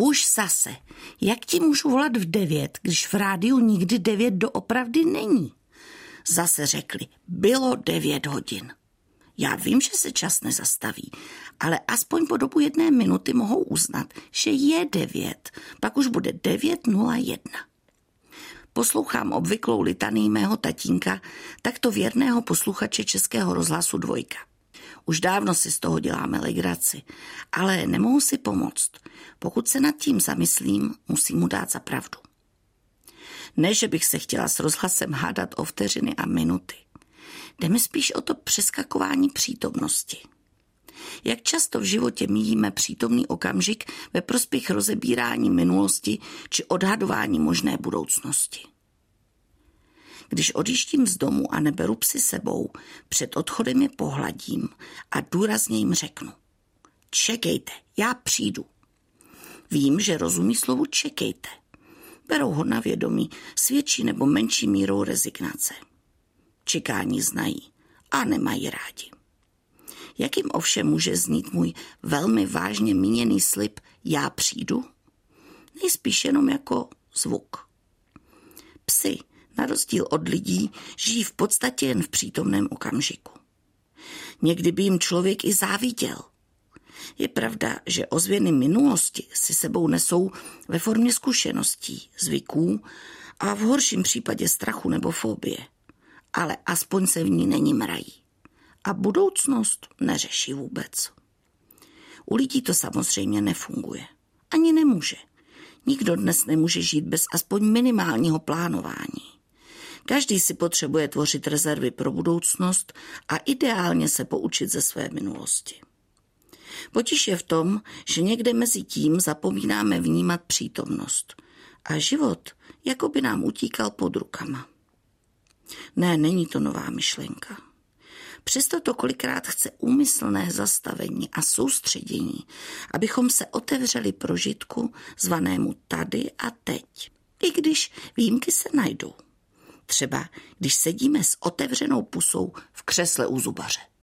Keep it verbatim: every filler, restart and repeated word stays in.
Už zase, jak ti můžu volat v devět, když v rádiu nikdy devět doopravdy není? Zase řekli, bylo devět hodin. Já vím, že se čas nezastaví, ale aspoň po dobu jedné minuty mohou uznat, že je devět, pak už bude devět nula jedna. Poslouchám obvyklou litanii mého tatínka, takto věrného posluchače Českého rozhlasu Dvojka. Už dávno si z toho děláme legraci, ale nemohu si pomoct. Pokud se nad tím zamyslím, musím mu dát za pravdu. Ne, že bych se chtěla s rozhlasem hádat o vteřiny a minuty. Jde mi spíš o to přeskakování přítomnosti. Jak často v životě míjíme přítomný okamžik ve prospěch rozebírání minulosti či odhadování možné budoucnosti. Když odjíždím z domu a neberu psy sebou, před odchodem je pohladím a důrazně jim řeknu: čekejte, já přijdu. Vím, že rozumí slovu čekejte. Berou ho na vědomí s větší nebo menší mírou rezignace. Čekání znají a nemají rádi. Jak jim ovšem může znít můj velmi vážně míněný slib já přijdu? Nejspíš jenom jako zvuk. Psi, na rozdíl od lidí, žijí v podstatě jen v přítomném okamžiku. Někdy by jim člověk i záviděl. Je pravda, že ozvěny minulosti si sebou nesou ve formě zkušeností, zvyků a v horším případě strachu nebo fobie. Ale aspoň se v ní není mrají. A budoucnost neřeší vůbec. U lidí to samozřejmě nefunguje. Ani nemůže. Nikdo dnes nemůže žít bez aspoň minimálního plánování. Každý si potřebuje tvořit rezervy pro budoucnost a ideálně se poučit ze své minulosti. Potíž je v tom, že někde mezi tím zapomínáme vnímat přítomnost a život jako by nám utíkal pod rukama. Ne, není to nová myšlenka. Přesto to kolikrát chce úmyslné zastavení a soustředění, abychom se otevřeli prožitku zvanému tady a teď. I když výjimky se najdou. Třeba když sedíme s otevřenou pusou v křesle u zubaře.